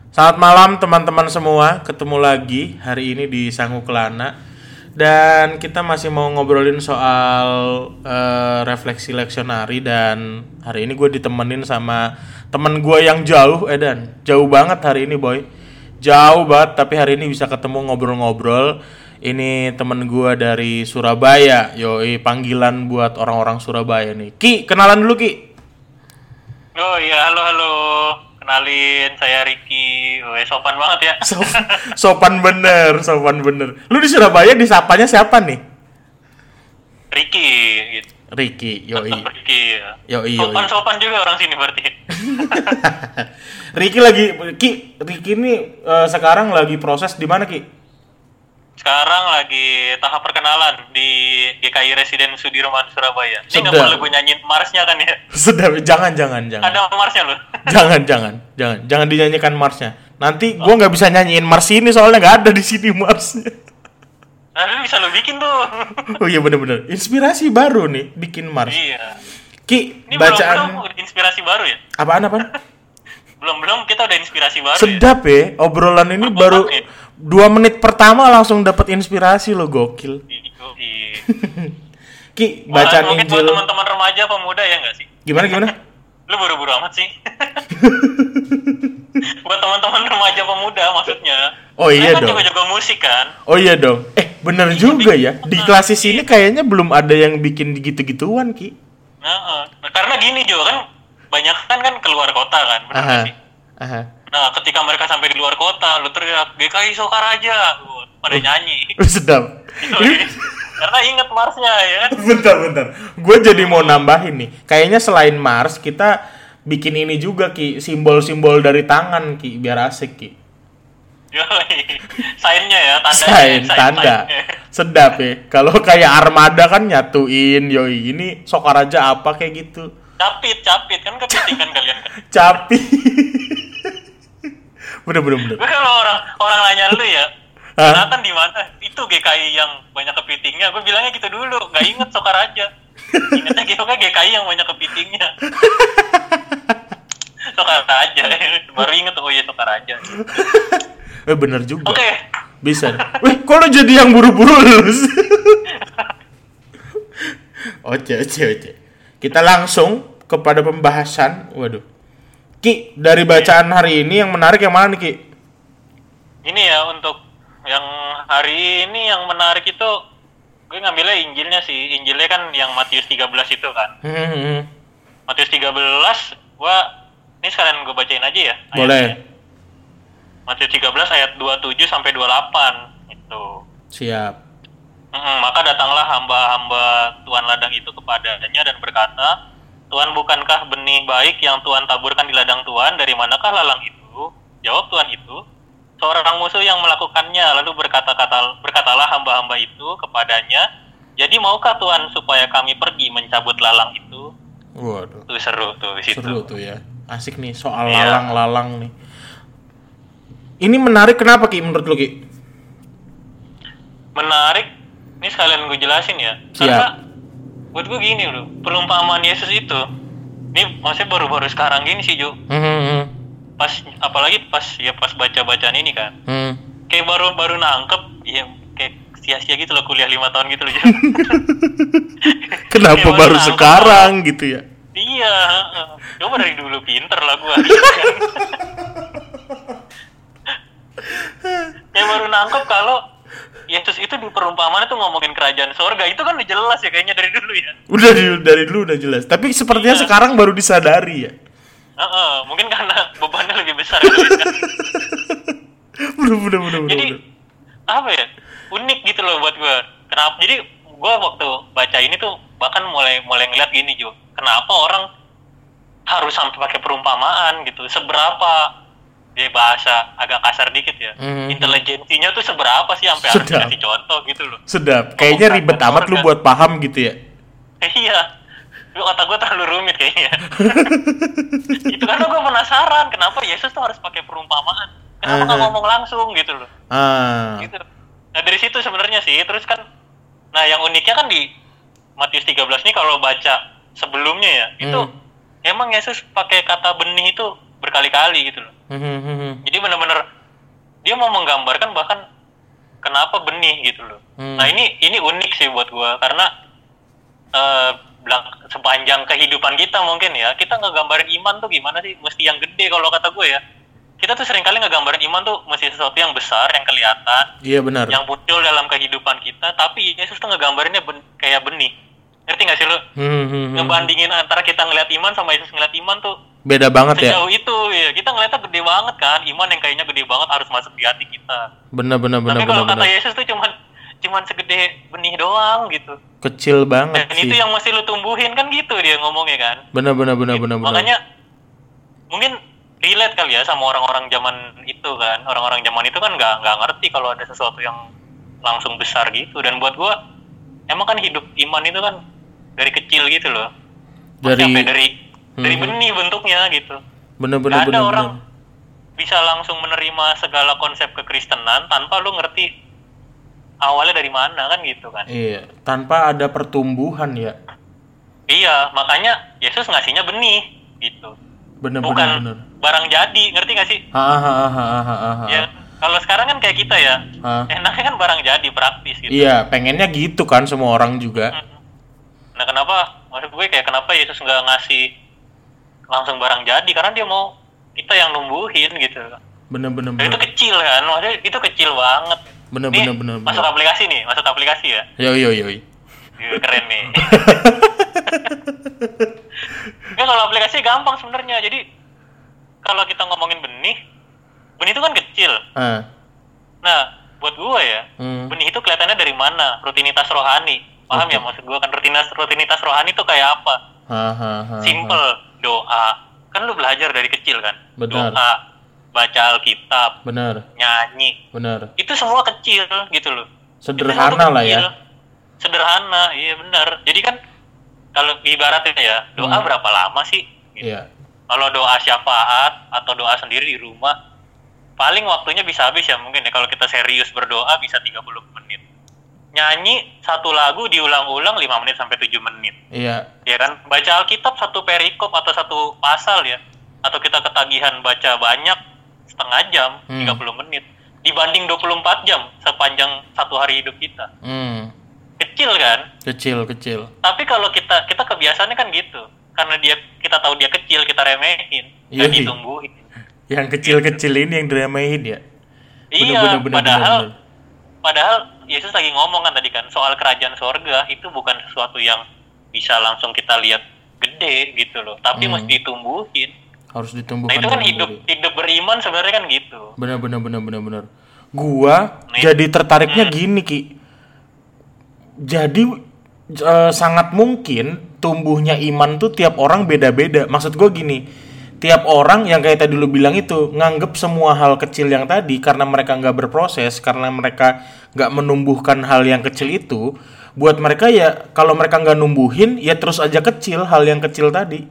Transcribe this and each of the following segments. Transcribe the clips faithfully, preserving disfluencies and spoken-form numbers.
Selamat malam teman-teman semua, ketemu lagi hari ini di Sangu Kelana. Dan kita masih mau ngobrolin soal uh, refleksi leksionari. Dan hari ini gue ditemenin sama temen gue yang jauh, Edan. Jauh banget hari ini, boy. Jauh banget, tapi hari ini bisa ketemu ngobrol-ngobrol. Ini temen gue dari Surabaya. Yoi, panggilan buat orang-orang Surabaya nih. Ki, kenalan dulu Ki. Oh iya, halo halo. Kenalin, saya Ricky. Weh, sopan banget ya. So, sopan bener, sopan bener. Lu di Surabaya disapanya siapa nih? Ricky gitu. Ricky, yoi. Tetap Ricky ya. Yoi, yoi. Sopan-sopan juga orang sini berarti. Ricky lagi, Ki, Ricky ini uh, sekarang lagi proses di mana Ki? Sekarang lagi tahap perkenalan di G K I Residen Sudirman Surabaya. Ini nggak Sudah. perlu gue nyanyiin Marsnya kan ya? Sedap, jangan, jangan, jangan. Ada Marsnya loh. Jangan, jangan, jangan, jangan dinyanyikan Marsnya. Nanti gua nggak bisa nyanyiin Mars ini soalnya nggak ada di sini Marsnya. Nah, itu bisa lo bikin tuh. Oh iya bener-bener, inspirasi baru nih bikin Mars. Iya. Ki, Ini bacaan belum belum inspirasi baru ya? apaan apaan? Belum belum kita udah inspirasi baru ya. Sedap ya, obrolan ini Apa baru banget ya? dua menit pertama langsung dapat inspirasi lo, gokil. Iya. Ki, Malah bacaan mungkin buat Injil. teman-teman remaja pemuda ya nggak sih? Gimana gimana? Lu buru-buru amat sih. Buat teman-teman remaja pemuda maksudnya. Oh iya Mereka kan dong. juga jago musik kan. Oh iya dong. Eh, bener Iya, juga bikin- ya. Di Nah, klasis iya. ini kayaknya belum ada yang bikin gitu-gituan, Ki. Nah, eh. Nah, karena gini juga kan banyak kan kan keluar kota kan, benar Aha. nggak sih? Aha. Nah, ketika mereka sampai di luar kota, lu teriak G K I Sokaraja, Wah, pada nyanyi. Oh, sedap. Ini Karena inget Marsnya ya kan. bentar, bentar. Gue jadi mau nambahin nih. Kayaknya selain Mars, kita bikin ini juga, Ki. Simbol-simbol dari tangan, Ki. Biar asik, Ki. Yoi. Sainnya ya, tandanya. Sign, sign- tanda. sign-nya. Sedap ya. Kalau kayak armada kan nyatuin, yoi. Ini Sokaraja apa kayak gitu. Capit, capit kan kepiting kan kalian kan. Capi. bener, bener, bener. Gue kalau orang orang nanya lu ya, Hah? Nathan di mana? Itu G K I yang banyak kepitingnya. Gue bilangnya gitu dulu, nggak inget Sokaraja. Ingetnya gitu kan G K I yang banyak kepitingnya. Sokaraja, baru inget oh iya Sokaraja. Eh bener juga. Oke, Bisa. Wih, kok lo jadi yang buru-buru lulus? oce, oce, oce. Kita langsung kepada pembahasan. Waduh. Ki, dari bacaan hari ini yang menarik yang mana nih, Ki? ini ya untuk yang hari ini yang menarik itu gue ngambilnya Injilnya sih. Injilnya kan yang Matius tiga belas itu kan. Hmm, Matius tiga belas, gua ini sekalian gue bacain aja ya. boleh. ayatnya. Matius tiga belas ayat dua puluh tujuh sampai dua puluh delapan itu. Siap. Mm, maka datanglah hamba-hamba Tuan ladang itu kepadanya dan berkata, Tuan, bukankah benih baik yang Tuan taburkan di ladang Tuan? Dari manakah lalang itu? Jawab Tuan itu, seorang musuh yang melakukannya. Lalu berkata-kata berkatalah hamba-hamba itu kepadanya, jadi maukah Tuan supaya kami pergi mencabut lalang itu? Waduh. Tuh seru tuh di situ. Seru tuh ya. Asik nih soal Iya. lalang-lalang nih. Ini menarik kenapa, Ki, menurut lu, Ki? Menarik. Ini sekalian gue jelasin ya. Siap. Karena buat gue gini loh, perumpamaan Yesus itu, ini maksudnya baru-baru sekarang gini sih Jo. Hmm, hmm, Pas apalagi pas ya pas baca-bacaan ini kan. hmm. Kayak baru baru nangkep, ya kayak sia-sia gitu loh kuliah lima tahun gitu loh Jo. Kenapa Kayak baru nangkep sekarang gitu ya? Iya, heeh. Coba dari dulu pinter lah gua. Kayak baru nangkep kalau Yesus itu di perumpamaan itu ngomongin kerajaan sorga. Itu kan udah jelas ya kayaknya dari dulu ya. Udah di, dari dulu udah jelas. Tapi sepertinya Iya. sekarang baru disadari ya. Heeh, mungkin karena bebannya lebih besar kali kan. Bener bener bener bener. Jadi bener. apa ya? Unik gitu loh buat gua. Kenapa? Jadi gua waktu baca ini tuh bahkan mulai mulai ngeliat gini Jo. Kenapa orang harus sampai pakai perumpamaan gitu? Seberapa dia bahasa agak kasar dikit ya. Mhm. Intelijensinya tuh seberapa sih sampai harus Sedap. kasih contoh gitu loh. Sedap. Kayaknya Ngomong ribet kerajaan amat lu sorga. buat paham gitu ya. Iya. Lu kata gue terlalu rumit kayaknya. Itu karena gue penasaran kenapa Yesus tuh harus pakai perumpamaan. Kenapa nggak Aha. ngomong langsung gitu loh. Ah. Gitu. Nah dari situ sebenarnya sih. Terus kan, nah yang uniknya kan di Matius tiga belas nih kalau baca sebelumnya ya, itu Hmm. emang Yesus pakai kata benih itu berkali-kali gitu loh. Hmm. Jadi benar-benar dia mau menggambarkan bahkan kenapa benih gitu loh. Hmm. Nah ini ini unik sih buat gue karena uh, sepanjang kehidupan kita mungkin ya kita ngegambarin iman tuh gimana sih, mesti yang gede kalau kata gue ya. Kita tuh seringkali ngegambarin iman tuh mesti sesuatu yang besar, yang kelihatan, iya benar, yang muncul dalam kehidupan kita. Tapi Yesus tuh ngegambarinnya ben- kayak benih. Ngerti nggak sih lo? Hmm, hmm, Ngebandingin hmm. antara kita ngeliat iman sama Yesus ngeliat iman tuh beda banget ya. Sejauh itu ya kita ngeliatnya gede banget kan, iman yang kayaknya gede banget harus masuk di hati kita. Bener bener bener. Tapi kalau kata Yesus tuh cuman cuman segede benih doang gitu. Kecil banget. Dan sih. itu yang mesti lu tumbuhin kan gitu dia ngomongnya kan. Bener bener bener gitu. bener. Makanya mungkin relate kali ya sama orang-orang zaman itu kan. Orang-orang zaman itu kan nggak nggak ngerti kalau ada sesuatu yang langsung besar gitu. Dan buat gua emang kan hidup iman itu kan dari kecil gitu loh. Dari sampai dari hmm. dari benih bentuknya gitu. Bener-bener. Gak ada bener, orang bener. bisa langsung menerima segala konsep kekristenan tanpa lu ngerti awalnya dari mana kan gitu kan. Iya, tanpa ada pertumbuhan ya. Iya, makanya Yesus ngasihnya benih gitu. Bener, Bukan bener, bener. barang jadi, ngerti gak sih? Ha, ha, ha, ha, ha, ha. Ya, kalau sekarang kan kayak kita ya, ha. enaknya kan barang jadi, praktis gitu. Iya, pengennya gitu kan semua orang juga. Nah kenapa, maksud gue kayak kenapa Yesus nggak ngasih langsung barang jadi, karena dia mau kita yang numbuhin gitu. Bener-bener. Itu kecil kan, maksudnya itu kecil banget. Bener-bener. Bener, masuk bener. aplikasi nih, masuk aplikasi ya. Yo yo yo. Keren nih. Ya kalau aplikasi gampang sebenarnya. Jadi kalau kita ngomongin benih, benih itu kan kecil. Uh. Nah, buat gue ya, hmm. benih itu kelihatannya dari mana? Rutinitas rohani. Paham okay. ya maksud gue kan rutinitas rutinitas rohani itu kayak apa? Ha, ha, ha, Simple, ha. doa. Kan lu belajar dari kecil kan? Benar. Doa, baca Alkitab, benar. Nyanyi. Benar. Itu semua kecil gitu loh. Sederhana lah ya. Sederhana, iya benar. Jadi kan kalau ibaratnya ya, doa hmm. berapa lama sih? Gitu. Iya. Kalau doa syafaat atau doa sendiri di rumah, paling waktunya bisa habis ya mungkin ya kalau kita serius berdoa bisa tiga puluh menit. Nyanyi satu lagu diulang-ulang lima menit sampai tujuh menit. Iya. Ya kan? Baca Alkitab satu perikop atau satu pasal ya. Atau kita ketagihan baca banyak setengah jam, hmm. tiga puluh menit. Dibanding dua puluh empat jam sepanjang satu hari hidup kita. Hmm. Kecil kan? Kecil, kecil. Tapi kalau kita kita kebiasaannya kan gitu. Karena dia kita tahu dia kecil, kita remehin, dan ditumbuhin. Yang kecil-kecil gitu. Ini yang diremehin ya. Iya, bener, bener, padahal bener, bener. padahal Yesus lagi ngomong kan tadi kan soal kerajaan sorga itu bukan sesuatu yang bisa langsung kita lihat gede gitu loh, tapi hmm. mesti ditumbuhin. Harus ditumbuhkan. Nah itu kan hidup diri. hidup beriman sebenarnya kan gitu. Benar benar benar benar benar. Gua Nih. jadi tertariknya hmm. gini Ki. Jadi uh, sangat mungkin tumbuhnya iman tuh tiap orang beda-beda. Maksud gue gini, tiap orang yang kayak tadi lu bilang itu nganggep semua hal kecil yang tadi karena mereka nggak berproses, karena mereka nggak menumbuhkan hal yang kecil itu, buat mereka ya kalau mereka nggak numbuhin ya terus aja kecil hal yang kecil tadi.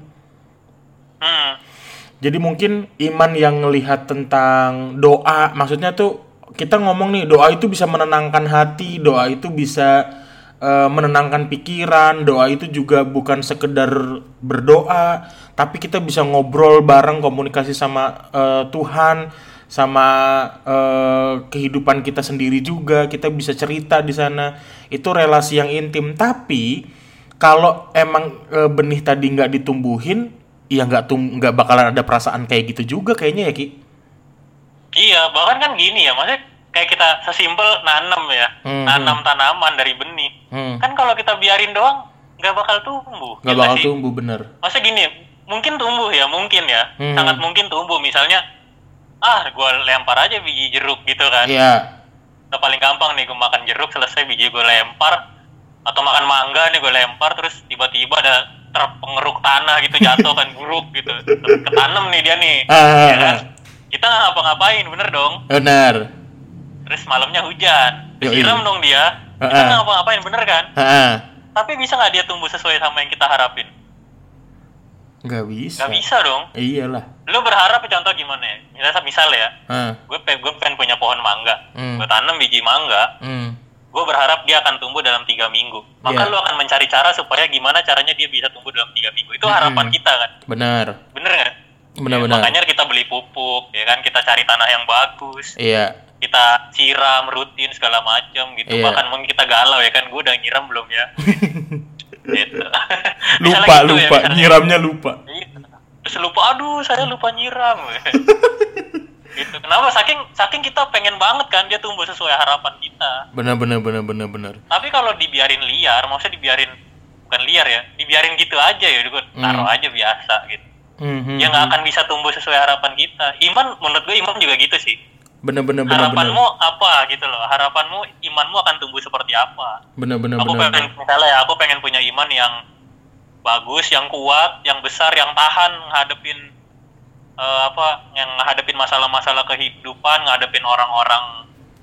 Hmm. Jadi mungkin iman yang ngelihat tentang doa, maksudnya tuh kita ngomong nih doa itu bisa menenangkan hati, doa itu bisa Uh, menenangkan pikiran, doa itu juga bukan sekedar berdoa, tapi kita bisa ngobrol bareng, komunikasi sama uh, Tuhan, sama uh, kehidupan kita sendiri juga, kita bisa cerita di sana, itu relasi yang intim. Tapi kalau emang uh, benih tadi nggak ditumbuhin, ya nggak tum- nggak bakalan ada perasaan kayak gitu juga kayaknya ya Ki. Iya, bahkan kan gini ya, maksudnya kayak kita sesimpel nanam ya, hmm, nanam tanaman dari benih. Hmm. Kan kalau kita biarin doang, nggak bakal tumbuh. Nggak bakal sih? tumbuh, bener. Maksudnya gini, mungkin tumbuh ya, mungkin ya. Hmm. Sangat mungkin tumbuh. Misalnya, ah gue lempar aja biji jeruk gitu kan. Iya. Yeah. Udah paling gampang nih, gue makan jeruk, selesai biji gue lempar. Atau makan mangga nih, gue lempar, terus tiba-tiba ada terpengeruk tanah gitu, jatuh kan, buruk gitu. Ketanam nih dia nih. Ah. Ya kan? Kita nggak ngapa-ngapain, bener dong? Bener. Terus malamnya hujan, disiram dong dia, uh-uh. kita nggak ngapa-ngapain, bener kan? Uh-uh. Tapi bisa nggak dia tumbuh sesuai sama yang kita harapin? Nggak bisa. Nggak bisa dong. Iyalah. Lu berharap contoh gimana ya? Misal, misal ya, uh. gue pe- gue pengen punya pohon mangga, mm. gue tanam biji mangga, mm. gue berharap dia akan tumbuh dalam tiga minggu. Maka yeah. lu akan mencari cara supaya gimana caranya dia bisa tumbuh dalam tiga minggu. Itu harapan mm-hmm. kita kan? Benar. Bener nggak? Benar-benar. Ya, makanya kita beli pupuk, ya kan, kita cari tanah yang bagus. Iya. Kita siram rutin segala macam gitu. Iya. Bahkan mungkin kita galau ya kan, gue udah nyiram belum ya? Gitu. Lupa, gitu lupa, ya, nyiramnya lupa. Gitu. Terus lupa, aduh saya lupa nyiram. Gitu. Kenapa? Saking saking kita pengen banget kan dia tumbuh sesuai harapan kita. Benar, benar, benar, benar, benar. Tapi kalau dibiarin liar, maksudnya dibiarin bukan liar ya, dibiarin gitu aja ya, gue taruh Hmm. aja biasa gitu. Hmm, Ya nggak akan bisa tumbuh sesuai harapan kita. Iman, menurut gue iman juga gitu sih. Benar, benar, benar, benar. Harapanmu apa gitu loh? Harapanmu, imanmu akan tumbuh seperti apa? Benar, benar, Aku benar. pengen, misalnya ya, aku pengen punya iman yang bagus, yang kuat, yang besar, yang tahan ngadepin eh, apa, yang ngadepin masalah-masalah kehidupan, ngadepin orang-orang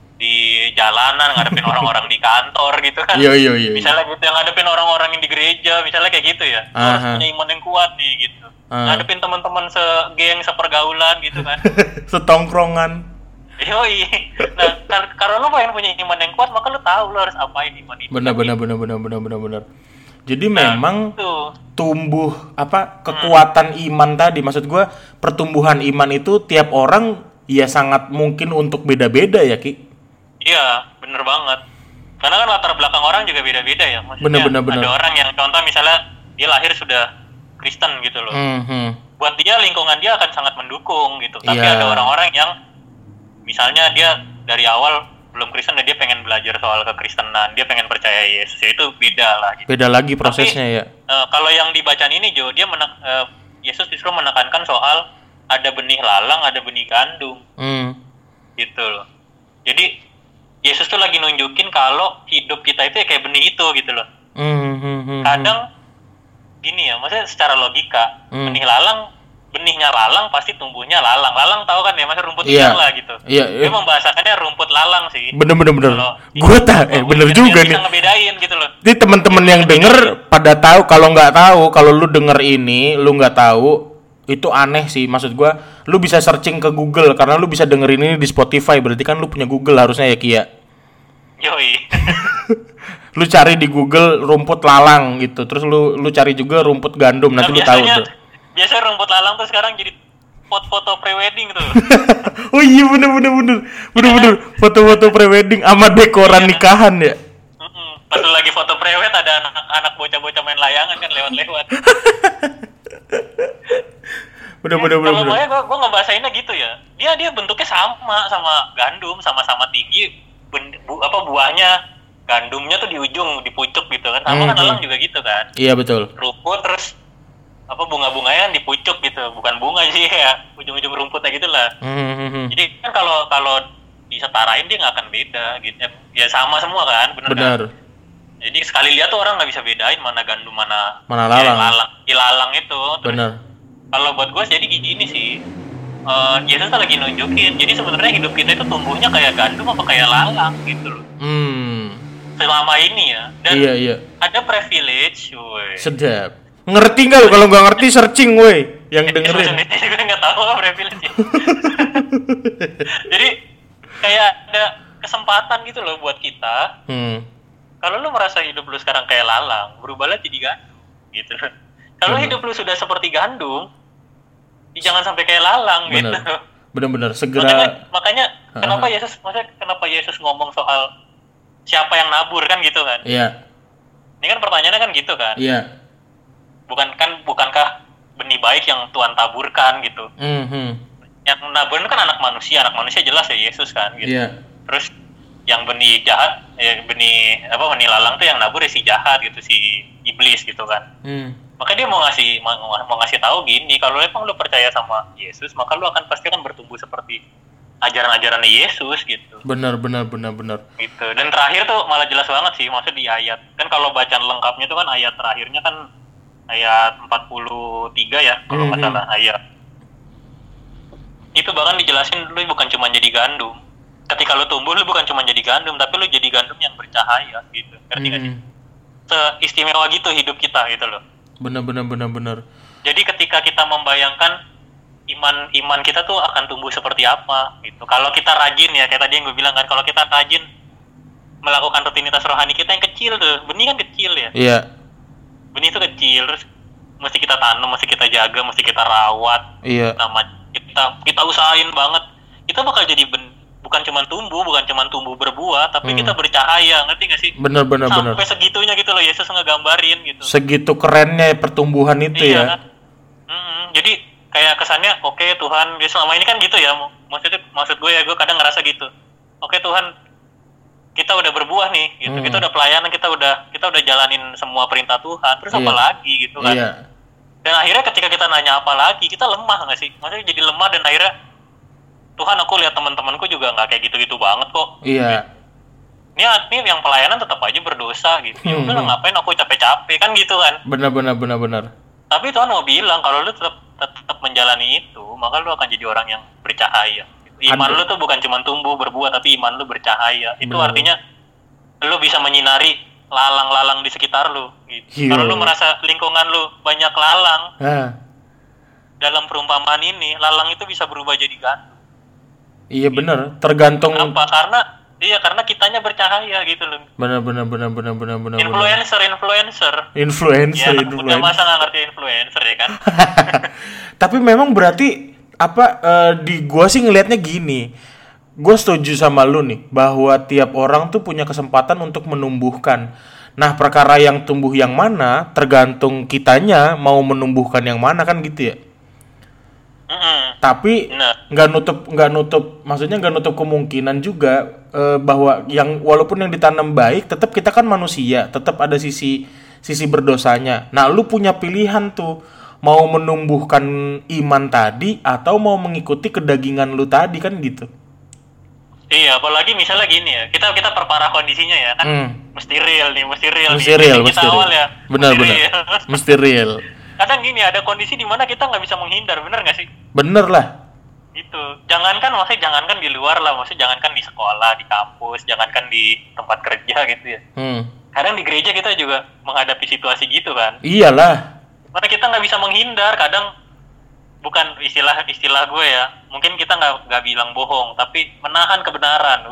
di jalanan, ngadepin orang-orang di kantor gitu kan. Iya, iya, iya. Misalnya gitu, yang ngadepin orang-orang yang di gereja, misalnya kayak gitu ya. Lu harus Aha. punya iman yang kuat nih gitu. Ah. Ngadepin teman-teman segeng, sepergaulan gitu kan. Setongkrongan. Yoi. Nah, kar- karena lu pengen punya iman yang kuat, maka lu tahu lu harus apain iman itu. Benar, benar, benar, benar, benar, benar, benar. Jadi memang Tuh. tumbuh apa kekuatan iman tadi, maksud gua pertumbuhan iman itu tiap orang ya sangat mungkin untuk beda-beda ya, Ki. Iya, bener banget. Karena kan latar belakang orang juga beda-beda ya. Maksudnya Bener, bener, bener. ada orang yang contoh misalnya dia lahir sudah Kristen gitu loh. Mhm. Buat dia lingkungan dia akan sangat mendukung gitu. Tapi Iya. ada orang-orang yang misalnya dia dari awal belum Kristen dan dia pengen belajar soal kekristenan, dia pengen percaya Yesus, ya itu beda lah gitu. Beda lagi prosesnya ya. Eh, kalau yang dibacaan ini Jo, dia menek- eh, Yesus justru menekankan soal ada benih lalang, ada benih gandum Hmm. gitu loh. Jadi Yesus tuh lagi nunjukin kalau hidup kita itu ya kayak benih itu gitu loh. Hmm, hmm, hmm, Kadang gini ya, maksudnya secara logika, Hmm. benih lalang, benihnya lalang pasti tumbuhnya lalang. Lalang tahu kan ya, maksudnya rumput Iya. liar lah gitu. Iya, Dia iya. membahasakannya rumput lalang sih. Bener, bener, bener. Kalau Gue itu, tak, eh kalau bener biar juga dia nih. bisa ngebedain gitu loh. Jadi teman-teman yang denger pada tahu, kalau nggak tahu, kalau lu denger ini, lu nggak tahu, itu aneh sih. Maksud gua, lu bisa searching ke Google karena lu bisa dengerin ini di Spotify. Berarti kan lu punya Google harusnya ya, Kia. Yoi. Lu cari di Google rumput lalang gitu. Terus lu lu cari juga rumput gandum. Nanti Nah, lu tahu biasanya, tuh. biasanya rumput lalang tuh sekarang jadi foto-foto pre-wedding tuh. Oh iya bener bener bener bener bener foto-foto prewedding sama dekoran nikahan ya. Mm-mm. Pas lu lagi foto prewed ada anak-anak bocah-bocah main layangan kan lewat-lewat. Bener bener bener Kalau bener. gue, gue ngebahasainnya gitu ya. Dia dia bentuknya sama sama gandum, sama-sama tinggi. Ben, bu, apa buahnya gandumnya tuh di ujung, di pucuk gitu kan. Sama kan Mhm. lalang juga gitu kan. Iya betul. Rumput terus apa bunga-bunganya di pucuk gitu. Bukan bunga sih ya, ujung-ujung rumputnya gitu lah. Mhm. Jadi kan kalau kalau disetarain dia nggak akan beda gitu. Ya sama semua kan, bener, Benar. kan? Jadi sekali lihat tuh orang nggak bisa bedain mana gandum mana Mana ya, lalang. lalang. Ilalang itu. Terus Benar. kalau buat gue jadi gini sih, uh, Yesus tuh lagi nunjukin. Jadi sebenarnya hidup kita itu tumbuhnya kayak gandum apa kayak lalang gitu loh. Hmm. Selama ini ya. Dan Iya iya. ada privilege, woi. Sedap. Ngerti nggak lu? Kalau nggak ngerti searching woi yang dengerin. Gue nggak tahu apa privilege. Ya. Jadi kayak ada kesempatan gitu loh buat kita. Hmm. Kalau lu merasa hidup lu sekarang kayak lalang, berubahlah jadi gandum gitu. Kalau Bener. hidup lu sudah seperti gandum, ya jangan sampai kayak lalang gitu. Bener. Bener-bener segera. Makanya, makanya Ha-ha. kenapa Yesus, maksudnya kenapa Yesus ngomong soal siapa yang nabur kan gitu kan? Iya. Ini kan pertanyaannya kan gitu kan? Iya. Bukan kan, bukankah benih baik yang Tuhan taburkan gitu? Mhm. Yang nabur kan anak manusia, anak manusia jelas ya Yesus kan gitu. Iya. Terus yang benih jahat, ya benih apa benih lalang tuh yang nabur ya si jahat gitu, si iblis gitu kan. Hmm. Maka dia mau ngasih mau, mau ngasih tahu gini, kalau emang lu percaya sama Yesus, maka lu akan pasti akan bertumbuh seperti ajaran-ajaran Yesus gitu. Benar benar benar benar. Gitu. Dan terakhir tuh malah jelas banget sih, maksudnya di ayat. Kan kalau bacaan lengkapnya tuh kan ayat terakhirnya kan ayat empat puluh tiga ya, kalau nggak Mhm. salah ayat. Itu bahkan dijelasin lu bukan cuma jadi gandum. Ketika lu tumbuh lu bukan cuma jadi gandum, tapi lu jadi gandum yang bercahaya gitu. Ngerti nggak sih? Hmm. Seistimewa gitu hidup kita gitu loh. Benar benar benar benar. Jadi ketika kita membayangkan iman iman kita tuh akan tumbuh seperti apa gitu. Kalau kita rajin ya, kayak tadi yang gue bilang kan, kalau kita rajin melakukan rutinitas rohani kita yang kecil tuh, benih kan kecil ya. Iya. Benih itu kecil, terus mesti kita tanam, mesti kita jaga, mesti kita rawat. Iya. Sama kita kita usahain banget. Kita bakal jadi ben, bukan cuma tumbuh, bukan cuma tumbuh berbuah, tapi Hmm. kita bercahaya, ngerti gak sih? Bener bener bener. Sampai segitunya gitu loh, Yesus ngegambarin gitu. Segitu kerennya pertumbuhan itu Iya. ya. Mm-mm. Jadi kayak kesannya, oke okay, Tuhan, ya selama ini kan gitu ya. Maksudnya, maksud gue ya, gue kadang ngerasa gitu. Oke okay, Tuhan, kita udah berbuah nih, gitu. Hmm. Kita udah pelayanan, kita udah kita udah jalanin semua perintah Tuhan. Terus Iya. apa lagi gitu kan? Iya. Dan akhirnya ketika kita nanya apa lagi, kita lemah nggak sih? Maksudnya jadi lemah dan akhirnya Tuhan, aku lihat teman-temanku juga nggak kayak gitu-gitu banget kok. Iya. Ini, ini yang pelayanan tetap aja berdosa gitu. Ya udah Hmm. ngapain aku capek-capek kan gitu kan? Bener bener bener bener. Tapi Tuhan mau bilang kalau lu tetap tetap menjalani itu, maka lu akan jadi orang yang bercahaya. Iman Ada. lu tuh bukan cuma tumbuh berbuah, tapi iman lu bercahaya. Itu Bener. artinya lu bisa menyinari lalang-lalang di sekitar lu. Gitu. Iya. Kalau lu merasa lingkungan lu banyak lalang, Nah, dalam perumpamaan ini, lalang itu bisa berubah jadi gandum. iya bener. Tergantung. Kenapa? Karena iya karena kitanya bercahaya gitu loh. Bener bener bener bener bener bener. bener. Influencer, influencer. Influencer, Ya, anak muda influencer. masa nggak ngerti influencer ya kan? Tapi memang berarti apa eh, di gua sih ngelihatnya gini. Gue setuju sama lu nih bahwa tiap orang tuh punya kesempatan untuk menumbuhkan. Nah, perkara yang tumbuh yang mana tergantung kitanya mau menumbuhkan yang mana kan gitu ya. Mm-mm. Tapi Nah. nggak nutup nggak nutup maksudnya nggak nutup kemungkinan juga eh, bahwa yang walaupun yang ditanam baik tetap kita kan manusia, tetap ada sisi sisi berdosanya. Nah, lu punya pilihan tuh mau menumbuhkan iman tadi atau mau mengikuti kedagingan lu tadi kan gitu. Iya, apalagi misalnya gini ya, kita kita perparah kondisinya ya kan, Hmm. mesti real nih, mesti real Mesti nih. real, Kita mesti awal real. ya, Benar mesti benar. real. Mesti real. Kadang gini, ada kondisi di mana kita nggak bisa menghindar, bener nggak sih? Bener lah. Gitu. Jangankan, maksudnya jangankan di luar lah, maksudnya jangankan di sekolah, di kampus, jangankan di tempat kerja gitu ya. Hmm. Kadang di gereja kita juga menghadapi situasi gitu kan. Iyalah. Karena kita nggak bisa menghindar, kadang bukan istilah istilah gue ya, mungkin kita nggak nggak bilang bohong, tapi menahan kebenaran.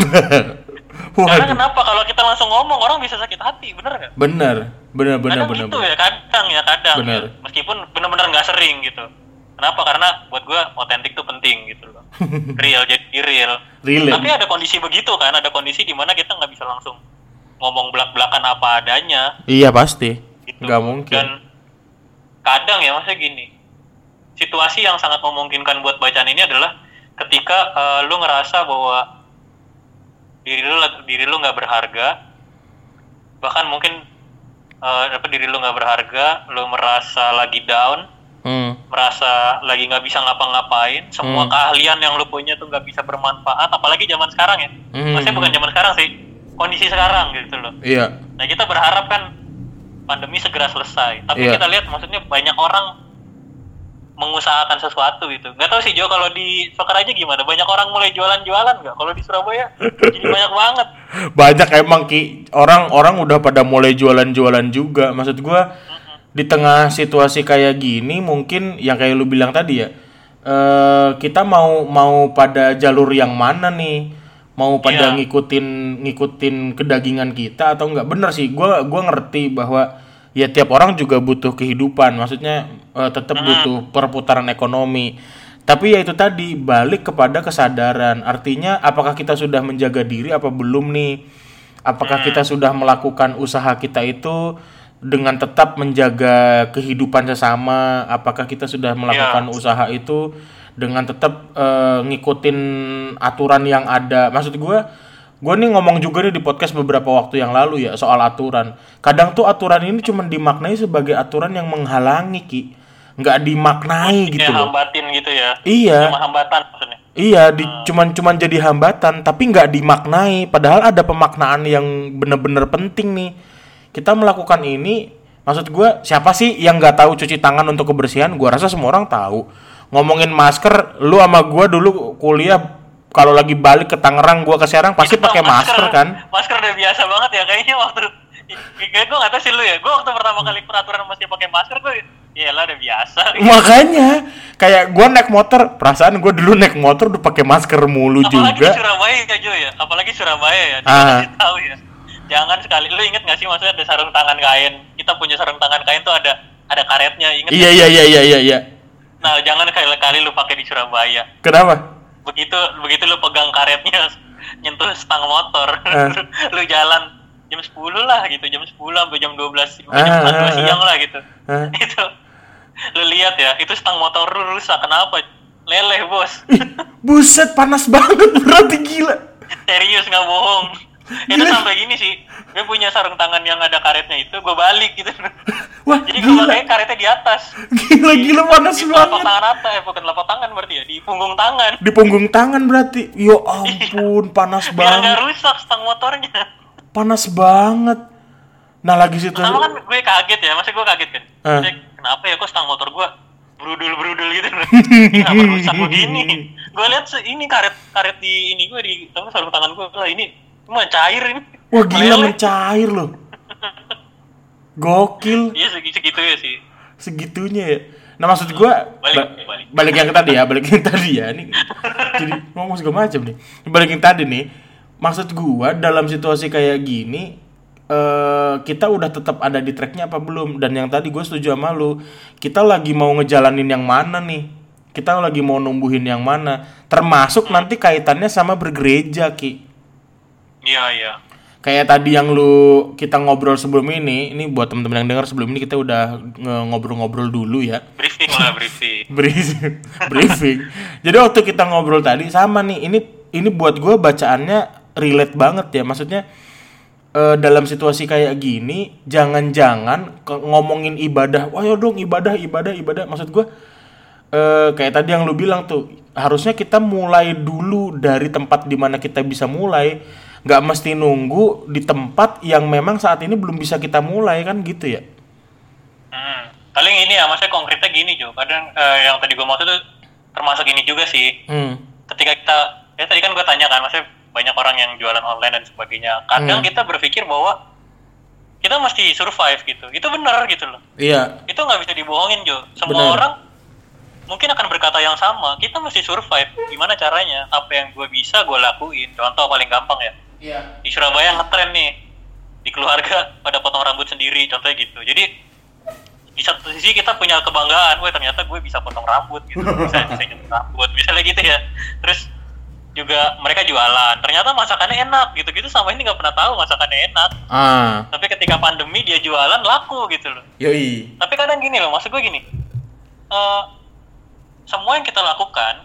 Karena Waduh. kenapa kalau kita langsung ngomong orang bisa sakit hati, bener nggak? Bener. Bener bener Kadang bener. gitu bener. ya, kadang ya kadang. Bener. Ya. Meskipun benar-benar nggak sering gitu. Kenapa? Karena buat gue otentik tuh penting gitu loh. Real, jadi real. Real. ya? Tapi ada kondisi begitu kan, ada kondisi di mana kita nggak bisa langsung ngomong belak-belakan apa adanya. Iya pasti. Gitu. Nggak mungkin. Dan kadang ya maksudnya gini, situasi yang sangat memungkinkan buat bacaan ini adalah ketika eh, lu ngerasa bahwa diri lu diri lu nggak berharga, bahkan mungkin eh, apa diri lu nggak berharga, lu merasa lagi down, Hmm. merasa lagi nggak bisa ngapa-ngapain, semua Hmm. keahlian yang lu punya tuh nggak bisa bermanfaat, apalagi zaman sekarang ya. Hmm. Maksudnya bukan zaman sekarang sih, kondisi sekarang gitu loh. Iya. Nah kita berharap kan pandemi segera selesai. Tapi Iya. kita lihat maksudnya banyak orang mengusahakan sesuatu gitu. Gak tahu sih Jo kalau di Sokaraja gimana? Banyak orang mulai jualan-jualan nggak? Kalau di Surabaya jadi banyak banget. Banyak emang Ki. Orang-orang udah pada mulai jualan-jualan juga. Maksud gua di tengah situasi kayak gini mungkin yang kayak lu bilang tadi ya. eh kita mau mau pada jalur yang mana nih? Mau pada Iya. ngikutin ngikutin kedagingan kita atau enggak? Bener sih, gua gua ngerti bahwa ya tiap orang juga butuh kehidupan. Maksudnya eh, tetap butuh perputaran ekonomi. Tapi ya itu tadi balik kepada kesadaran. Artinya apakah kita sudah menjaga diri apa belum nih? Apakah kita sudah melakukan usaha kita itu dengan tetap menjaga kehidupan sesama? Apakah kita sudah melakukan usaha itu dengan tetap eh, ngikutin aturan yang ada? Maksud gue, gue nih ngomong juga nih di podcast beberapa waktu yang lalu ya soal aturan. Kadang tuh aturan ini cuma dimaknai sebagai aturan yang menghalangi Ki, nggak dimaknai gitu Kayak loh. hambatin gitu ya. Iya. Cuma hambatan maksudnya. Iya, di, cuman cuman jadi hambatan, tapi nggak dimaknai. Padahal ada pemaknaan yang bener-bener penting nih. Kita melakukan ini, maksud gue, siapa sih yang nggak tahu cuci tangan untuk kebersihan? Gue rasa semua orang tahu. Ngomongin masker, lu sama gue dulu kuliah, kalau lagi balik ke Tangerang, gue ke Serang pasti Itu pakai masker kan? Masker udah biasa banget ya kayaknya waktu. Kayak gue nggak tahu sih lu ya. Gue waktu pertama kali peraturan masih pakai masker gue, ya lah udah biasa. Makanya, kayak gue naik motor, perasaan gue dulu naik motor udah pakai masker mulu Apalagi juga. di Surabaya ya Jo ya. Apalagi Surabaya ya. Dia Ah. kasih tahu ya. Jangan sekali. Lu inget nggak sih maksudnya ada sarung tangan kain? Kita punya sarung tangan kain tuh ada ada karetnya, inget? Iya iya iya iya iya iya. Nah, jangan kali-kali lu pakai di Surabaya. Kenapa? Begitu begitu lu pegang karetnya nyentuh stang motor, Ah. lu jalan jam sepuluh lah gitu, jam sepuluh sampai jam dua belas, jam Ah, setengah dua ah, siang ah. lah gitu. Ah. Itu lu lihat ya, itu stang motor lu rusak. Kenapa? Leleh, Bos. Ih, buset panas banget berarti gila. Serius, nggak bohong. Itu Gila. sampai gini sih, gue punya sarung tangan yang ada karetnya itu, gue balik gitu. Wah, Jadi gue gila. pakai karetnya di atas. Gila gila panas Di telapak banget. tangan atas, eh bukan telapak tangan berarti ya, di punggung tangan. Di punggung tangan berarti. Ya ampun, panas Biar nggak banget. rusak stang motornya. Panas banget. Nah, lagi situ. Pertama kan gue kaget ya, masa gue kaget kan. Ah. Maksudnya, kenapa ya kok stang motor gue berudul-berudul gitu. Kenapa rusak begini? Gue lihat se- ini karet karet di ini gue di apa sarung tangan gue lah ini cuma cair ini. Wah, gila Meleleh. mencair loh. Gokil Iya segitu segitu ya sih. segitunya ya. Nah, maksud gua Balik, ba- balik. balik yang tadi ya, balik yang tadi ya. Ini jadi ngomong segala macam nih. Balik yang tadi nih. Maksud gua dalam situasi kayak gini eh kita udah tetap ada di tracknya apa belum? Dan yang tadi gue setuju sama lu, kita lagi mau ngejalanin yang mana nih? Kita lagi mau numbuhin yang mana? Termasuk nanti kaitannya sama bergereja, Ki. Iya iya. Kayak tadi yang lu kita ngobrol sebelum ini, ini buat teman-teman yang dengar sebelum ini kita udah nge- ngobrol-ngobrol dulu ya. Briefing lah briefing. Briefing. Briefing. Jadi waktu kita ngobrol tadi sama nih, ini ini buat gue bacaannya relate banget ya. Maksudnya eh, dalam situasi kayak gini, jangan-jangan ke- ngomongin ibadah. Wah, ya dong ibadah, ibadah, ibadah. Maksud gue eh, kayak tadi yang lu bilang tuh, harusnya kita mulai dulu dari tempat dimana kita bisa mulai. Nggak mesti nunggu di tempat yang memang saat ini belum bisa kita mulai kan gitu ya. Hmm. Paling ini ya, maksudnya konkretnya gini Jo. Kadang eh, yang tadi gue maksud tuh termasuk ini juga sih. Hmm. Ketika kita, ya tadi kan gue tanya kan, maksudnya banyak orang yang jualan online dan sebagainya. Kadang Hmm. kita berpikir bahwa kita mesti survive gitu. Itu benar gitu loh. Iya. Itu nggak bisa dibohongin Jo. Semua Benar. orang mungkin akan berkata yang sama. Kita mesti survive. Gimana caranya? Apa yang gue bisa gue lakuin. Contoh paling gampang ya. Iya. Di Surabaya ngetren nih, di keluarga pada potong rambut sendiri, contohnya gitu. Jadi di satu sisi kita punya kebanggaan, wah ternyata gue bisa potong rambut gitu, bisa bisa nyetir rambut, misalnya gitu ya. Terus juga mereka jualan, ternyata masakannya enak gitu-gitu, sama ini nggak pernah tahu masakannya enak. Ah. Tapi ketika pandemi dia jualan laku gitu loh. Yoi. Tapi kadang gini loh, maksud gue gini, eh, semua yang kita lakukan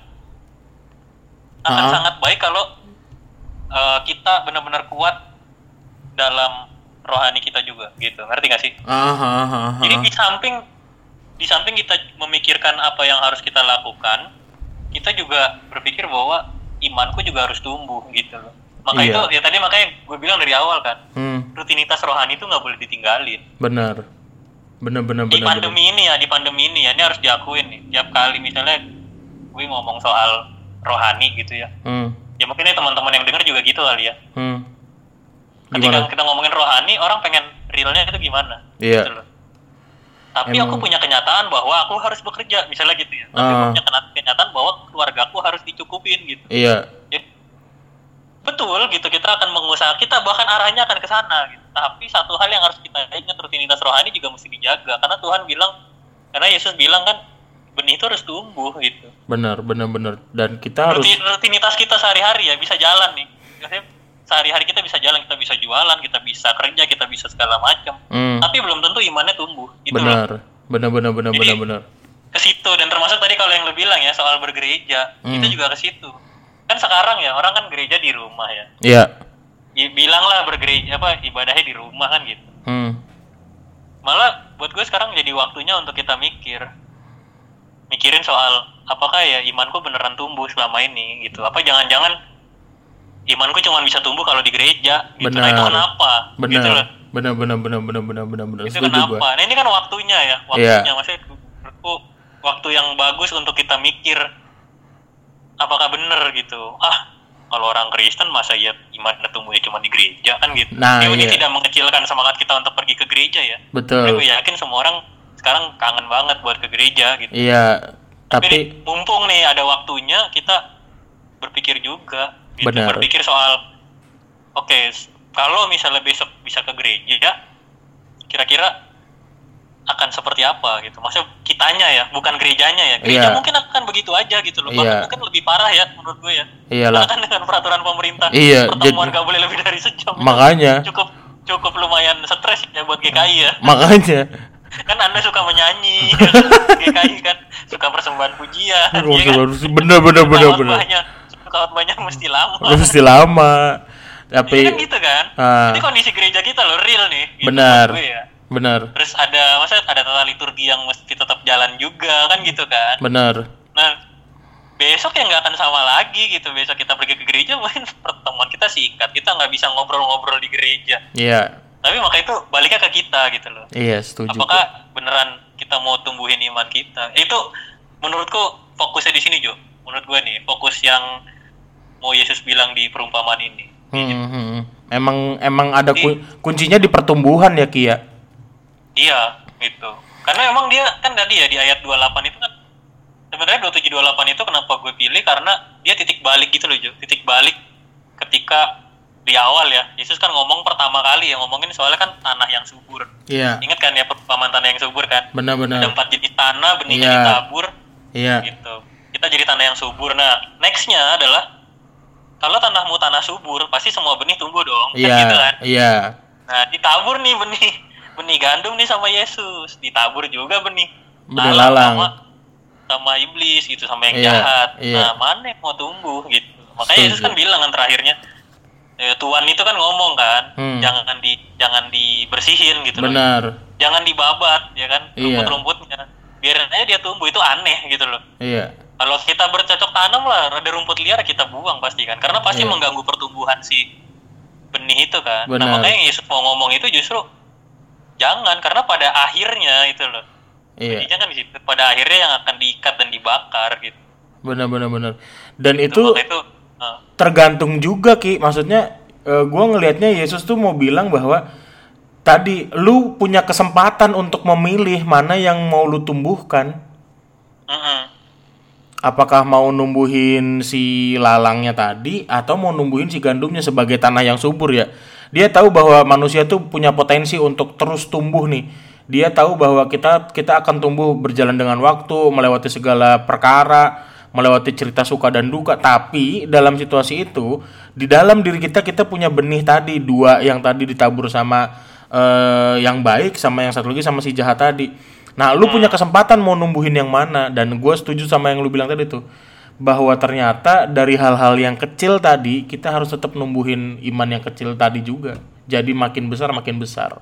akan Ah. sangat baik kalau eh, kita benar-benar kuat dalam rohani kita juga gitu, ngerti gak sih? Ah, ah, ah, ah. Jadi di samping di samping kita memikirkan apa yang harus kita lakukan, kita juga berpikir bahwa imanku juga harus tumbuh gitu loh. Maka Iya. itu ya tadi makanya gue bilang dari awal kan, Hmm, rutinitas rohani itu nggak boleh ditinggalin. benar. Benar benar Di benar. pandemi ini ya, di pandemi ini ya, ini harus diakuin nih. Tiap kali misalnya gue ngomong soal rohani gitu ya, Hmm. ya mungkin ini teman-teman yang dengar juga gitu kali ya. Hmm. Ketika Gimana? kita ngomongin rohani, orang pengen realnya itu gimana? Iya. Gitu loh. Tapi Emang. aku punya kenyataan bahwa aku harus bekerja, misalnya gitu ya. Tapi aku Ah. punya kena- kenyataan bahwa keluargaku harus dicukupin gitu. Iya. Jadi, betul gitu, kita akan mengusahakan, kita bahkan arahnya akan ke sana gitu. Tapi satu hal yang harus kita ingat, rutinitas rohani juga mesti dijaga. Karena Tuhan bilang, karena Yesus bilang kan, benih itu harus tumbuh gitu. Benar benar benar. Dan kita harus Rutin- rutinitas kita sehari-hari ya bisa jalan nih. Maksudnya, sehari-hari kita bisa jalan, kita bisa jualan, kita bisa kerja, kita bisa segala macam. Hmm. Tapi belum tentu imannya tumbuh. Gitu loh. Benar. Benar benar benar Jadi, benar benar. Ke situ, dan termasuk tadi kalau yang lu bilang ya soal bergereja, Hmm. itu juga ke situ. Kan sekarang ya orang kan gereja di rumah ya. Iya. I- bilanglah bergereja apa ibadahnya di rumah kan gitu. Hmm. Malah buat gue sekarang jadi waktunya untuk kita mikir. Mikirin soal apakah ya imanku beneran tumbuh selama ini gitu. Apa jangan-jangan imanku cuma bisa tumbuh kalau di gereja gitu. Nah, itu Benar. kenapa? Benar. Gitu loh. Benar benar benar benar benar benar benar. Itu Setuju kenapa? gua. Nah, ini kan waktunya ya, waktunya maksudnya menurutku waktu yang bagus untuk kita mikir apakah bener gitu. Ah, kalau orang Kristen masa ya iman tumbuhnya cuma di gereja kan gitu. Nah, Ya, ini iya. tidak mengecilkan semangat kita untuk pergi ke gereja ya. Tapi Betul. gue yakin semua orang sekarang kangen banget buat ke gereja gitu. Iya. Tapi, Tapi mumpung nih ada waktunya kita berpikir juga gitu. Benar. Berpikir soal oke, s- kalau misalnya besok bisa ke gereja, kira-kira akan seperti apa gitu. Maksudnya kitanya ya, bukan gerejanya ya. Gereja Iya. mungkin akan begitu aja gitu loh. Iya. Bahkan mungkin lebih parah ya menurut gue ya. Iyalah. Karena kan dengan peraturan pemerintah Iya, pertemuan jadi- gak boleh lebih dari sejam. Makanya. Cukup cukup lumayan stres ya buat G K I ya. Makanya. Kan Anda suka menyanyi ya kan? G K I kan suka persembahan pujian ya kan? Bener bener bener Suka bener. khotbahnya, suka khotbahnya mesti lama. Mesti lama. Ini Tapi kan gitu kan. Ah. Ini kondisi gereja kita loh real nih gitu, benar. menurut gue ya. Benar. Terus ada masa ada tata liturgi yang mesti tetap jalan juga kan gitu kan. Benar. Nah, besok ya nggak akan sama lagi gitu. Besok kita pergi ke gereja mungkin pertemuan kita singkat. Kita nggak bisa ngobrol-ngobrol di gereja. Iya. Tapi maka itu baliknya ke kita gitu loh. Iya, setuju. Apakah beneran kita mau tumbuhin iman kita? Itu menurutku fokusnya di sini, Jo. Menurut gue nih, fokus yang mau Yesus bilang di perumpamaan ini. Hmm, hmm, hmm. Emang emang ada ku- kuncinya di pertumbuhan ya, Ki ya? Iya, itu. Karena emang dia kan tadi ya di ayat dua puluh delapan itu kan sebenarnya dua puluh tujuh dua puluh delapan itu kenapa gue pilih karena dia titik balik gitu loh, Jo. Titik balik ketika di awal ya. Yesus kan ngomong pertama kali ya ngomongin soalnya kan tanah yang subur. Iya. Ingat kan ya perumpamaan tanah yang subur kan? Ada Benar-benar. empat jenis tanah, benihnya Iya. ditabur Iya. gitu. Kita jadi tanah yang subur. Nah, nextnya adalah kalau tanahmu tanah subur, pasti semua benih tumbuh dong. Kan Iya. gitu kan? Iya. Nah, ditabur nih benih benih gandum nih sama Yesus, ditabur juga benih Benih lalang. sama sama iblis gitu, sama yang Iya, jahat. iya. Nah, mana yang mau tumbuh gitu. Makanya Yesus Setuju. kan bilang kan terakhirnya eh, Tuhan itu kan ngomong kan, Hmm. jangan di jangan dibersihin gitu loh. Benar. Jangan dibabat ya kan, Iya. rumput-rumputnya. Biarin aja dia tumbuh, itu aneh gitu loh. Iya. Kalau kita bercocok tanam lah, ada rumput liar kita buang pasti kan, karena pasti Iya. mengganggu pertumbuhan si benih itu kan. Benar. Nah makanya yang Yesus mau ngomong itu justru jangan, karena pada akhirnya itu loh, Iya. benihnya kan di situ. Pada akhirnya yang akan diikat dan dibakar gitu. Benar benar benar. Dan Itu, itu maka itu uh, tergantung juga, Ki. Maksudnya eh, gua ngelihatnya Yesus tuh mau bilang bahwa tadi lu punya kesempatan untuk memilih mana yang mau lu tumbuhkan. mm-mm. Apakah mau numbuhin si lalangnya tadi atau mau numbuhin si gandumnya sebagai tanah yang subur ya. Dia tahu bahwa manusia tuh punya potensi untuk terus tumbuh nih. Dia tahu bahwa kita kita akan tumbuh berjalan dengan waktu, melewati segala perkara, melewati cerita suka dan duka. Tapi dalam situasi itu, di dalam diri kita kita punya benih tadi dua yang tadi ditabur sama eh, yang baik, sama yang satu lagi sama si jahat tadi. Nah, lu punya kesempatan mau numbuhin yang mana, dan gue setuju sama yang lu bilang tadi tuh, bahwa ternyata dari hal-hal yang kecil tadi kita harus tetap numbuhin iman yang kecil tadi juga, jadi makin besar makin besar.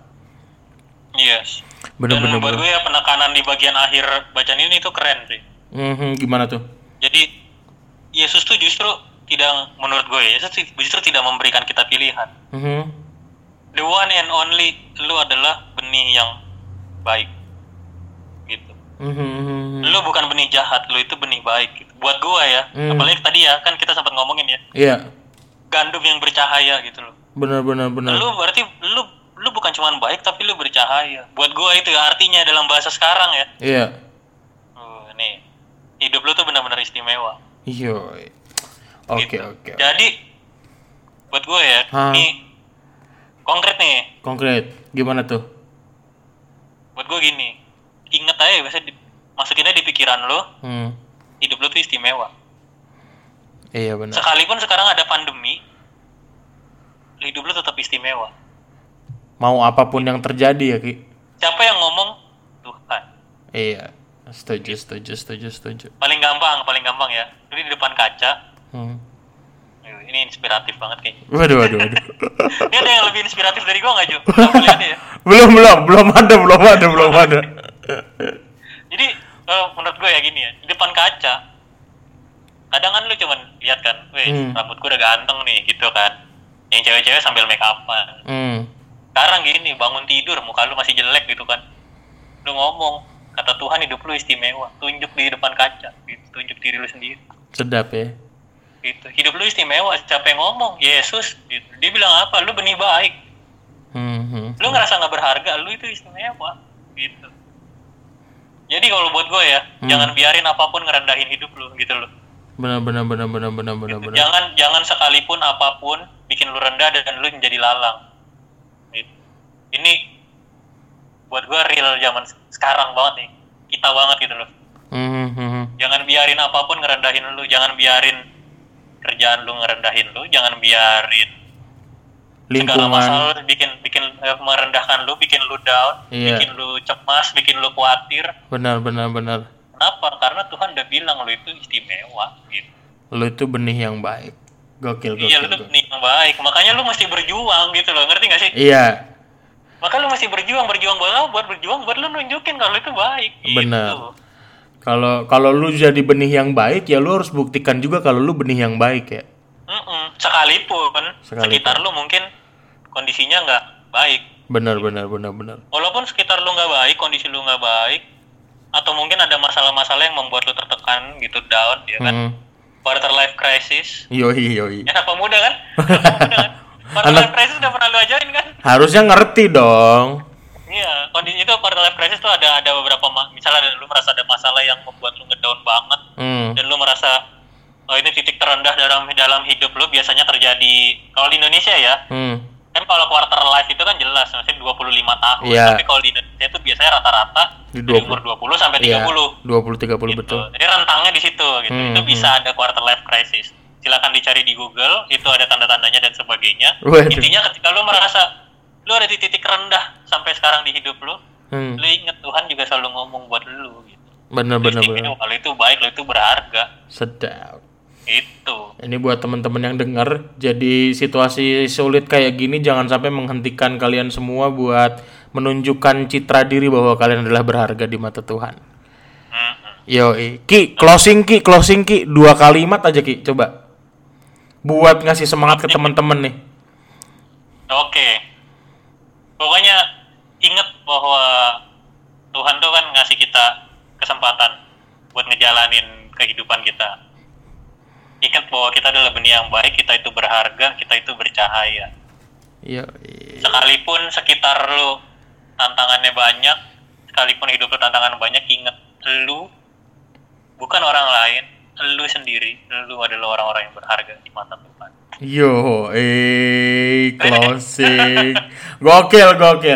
Yes. Bener, Dan bener, buat bener. gue ya penekanan di bagian akhir bacaan ini tuh keren sih. Mhm, gimana tuh? Jadi Yesus tuh justru tidak, menurut gue ya, Yesus justru tidak memberikan kita pilihan. Mhm, The one and only, lu adalah benih yang baik gitu. mhm, mhm. Lu bukan benih jahat, lu itu benih baik gitu. Buat gua ya, Hmm. apalagi tadi ya kan kita sempat ngomongin ya, Iya, gandum yang bercahaya gitu loh. benar-benar benar. Lu berarti lu lu bukan cuman baik tapi lu bercahaya. Buat gua itu ya, artinya dalam bahasa sekarang ya. Iya, Uh, nih, hidup lu tuh benar-benar istimewa. iya. Oke gitu. oke. Jadi buat gua ya, Hah. ini konkret nih. Konkret, gimana tuh? Buat gua gini, inget aja biasanya di, masukinnya di pikiran lu, Hmm, hidup lu tuh istimewa. iya benar. Sekalipun sekarang ada pandemi, hidup lu tetap istimewa. Mau apapun yang terjadi ya, Ki. Siapa yang ngomong? Tuhan. Iya, setuju, setuju, setuju, setuju. Paling gampang, paling gampang ya. Lu di depan kaca. Hmm. Ini inspiratif banget kayaknya. Waduh, waduh, waduh. Ini ada yang lebih inspiratif dari gua nggak, Jo? Nggak boleh ada ya. belum, belum, belum ada, belum ada, belum ada. Jadi eh, menurut gue ya gini ya, di depan kaca, kadang kan lu cuman lihat kan, weh Hmm. rambut gue udah ganteng nih, gitu kan. Yang cewek-cewek sambil make upan. Hmm. Sekarang gini, bangun tidur, muka lu masih jelek gitu kan. Lu ngomong, kata Tuhan hidup lu istimewa, tunjuk di depan kaca, gitu. Tunjuk diri lu sendiri. Sedap ya. Gitu. Hidup lu istimewa, siapa yang ngomong? Yesus. Gitu. Dia bilang apa? Lu benih baik. Hmm, hmm. Lu ngerasa nggak berharga, lu itu istimewa. Gitu. Jadi kalau buat gue ya, Hmm. jangan biarin apapun ngerendahin hidup lu, gitu loh. Benar, benar, benar, benar, benar, benar, Gitu. benar. Jangan jangan sekalipun apapun bikin lu rendah dan lu menjadi lalang. Gitu. Ini buat gue real zaman sekarang banget nih, kita banget gitu loh. Mm-hmm. Jangan biarin apapun ngerendahin lu, jangan biarin kerjaan lu ngerendahin lu, jangan biarin segala Lingkungan. masalah bikin bikin eh, merendahkan lu, bikin lu down, Iya. bikin lu cemas, bikin lu khawatir. Benar, benar, benar. Kenapa? Karena Tuhan udah bilang lu itu istimewa gitu. Lu itu benih yang baik. Gokil, gokil. Iya, lu tuh gokil. benih yang baik. Makanya lu mesti berjuang gitu loh, ngerti gak sih? Iya, Maka lu mesti berjuang, berjuang buat apa? Buat berjuang buat lu nunjukin kalau itu baik. Gitu. benar. Kalau kalau lu jadi benih yang baik, ya lu harus buktikan juga kalau lu benih yang baik ya. Mm-mm. Sekalipun, Sekalipun. sekitar lu mungkin kondisinya nggak baik. Benar, benar, benar, benar. Walaupun sekitar lu nggak baik, kondisi lu nggak baik, atau mungkin ada masalah-masalah yang membuat lu tertekan gitu, down, ya kan? Hmm. Quarter life crisis. Yoi, yoi. Ya, apa muda kan? Apa muda kan? Quarter Anak- life crisis udah pernah lu ajarin kan? Harusnya ngerti dong. Iya, kondisi itu quarter life crisis tuh ada ada beberapa ma- misalnya ada, lu merasa ada masalah yang membuat lu ngedown banget, Hmm. dan lu merasa oh ini titik terendah dalam dalam hidup lu, biasanya terjadi kalau di Indonesia ya. Hmm. Kan kalau quarter life itu kan jelas, maksudnya dua puluh lima tahun. Iya. Tapi kalau di Indonesia itu biasanya rata-rata Di dari dua puluh. umur dua puluh sampai tiga puluh. Iya, dua puluh tiga puluh Gitu. betul. Jadi rentangnya di situ gitu. Hmm, Itu bisa ada quarter life crisis. Silakan dicari di Google, itu ada tanda-tandanya dan sebagainya. Waduh. Intinya ketika lu merasa lu ada di titik rendah sampai sekarang di hidup lu, Hmm. lu inget Tuhan juga selalu ngomong buat lu gitu. Bener, Lu bener, istimewa, bener. kalau itu baik, lu itu berharga. Sedap. Itu. Ini buat teman-teman yang dengar, jadi situasi sulit kayak gini jangan sampai menghentikan kalian semua buat menunjukkan citra diri bahwa kalian adalah berharga di mata Tuhan. Mm-mm. Yoi, Ki, closing Ki, closing Ki, dua kalimat aja Ki, coba. Buat ngasih semangat ke teman-teman nih. Oke. Pokoknya ingat bahwa Tuhan tuh kan ngasih kita kesempatan buat ngejalanin kehidupan kita. Ingat bahwa kita adalah benih yang baik, kita itu berharga, kita itu bercahaya. Yoi. Sekalipun sekitar lu tantangannya banyak, sekalipun hidup lu tantangan banyak, ingat lu bukan orang lain, lu sendiri, lu adalah orang-orang yang berharga di mata Tuhan. Yo, eh, closing. Gokil, gokil.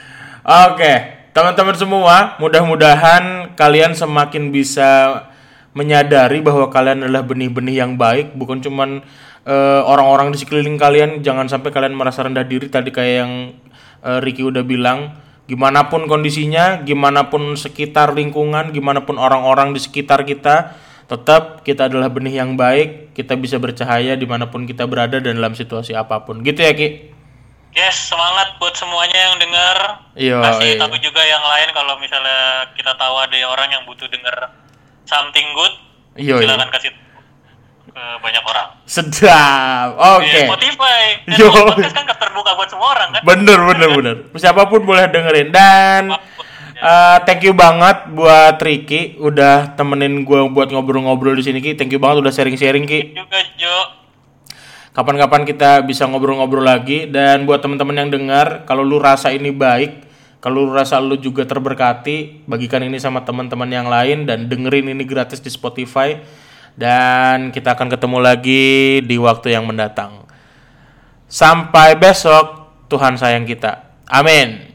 Oke, teman-teman semua, mudah-mudahan kalian semakin bisa menyadari bahwa kalian adalah benih-benih yang baik, bukan cuman eh, orang-orang di sekeliling kalian. Jangan sampai kalian merasa rendah diri tadi kayak yang eh, Ricky udah bilang. Gimana pun kondisinya, gimana pun sekitar lingkungan, gimana pun orang-orang di sekitar kita, tetap kita adalah benih yang baik, kita bisa bercahaya dimanapun kita berada dan dalam situasi apapun. Gitu ya Ki? Yes, semangat buat semuanya yang dengar. Iya, Kasih iya. tahu juga yang lain kalau misalnya kita tahu ada orang yang butuh denger something good, Iya, silakan iya. kasih ke banyak orang. Sedap. Di Oke. Spotify. Dan Yo. podcast kan terbuka buat semua orang kan. Bener, bener, bener. Siapapun boleh dengerin. Dan uh, thank you banget buat Ricky udah temenin gue buat ngobrol-ngobrol di sini Ki. Thank you banget udah sharing-sharing Ki. Juga Jo. Kapan-kapan kita bisa ngobrol-ngobrol lagi. Dan buat teman-teman yang dengar, kalau lu rasa ini baik, kalau lu rasa lu juga terberkati, bagikan ini sama teman-teman yang lain dan dengerin ini gratis di Spotify. Dan kita akan ketemu lagi di waktu yang mendatang. Sampai besok, Tuhan sayang kita. Amin.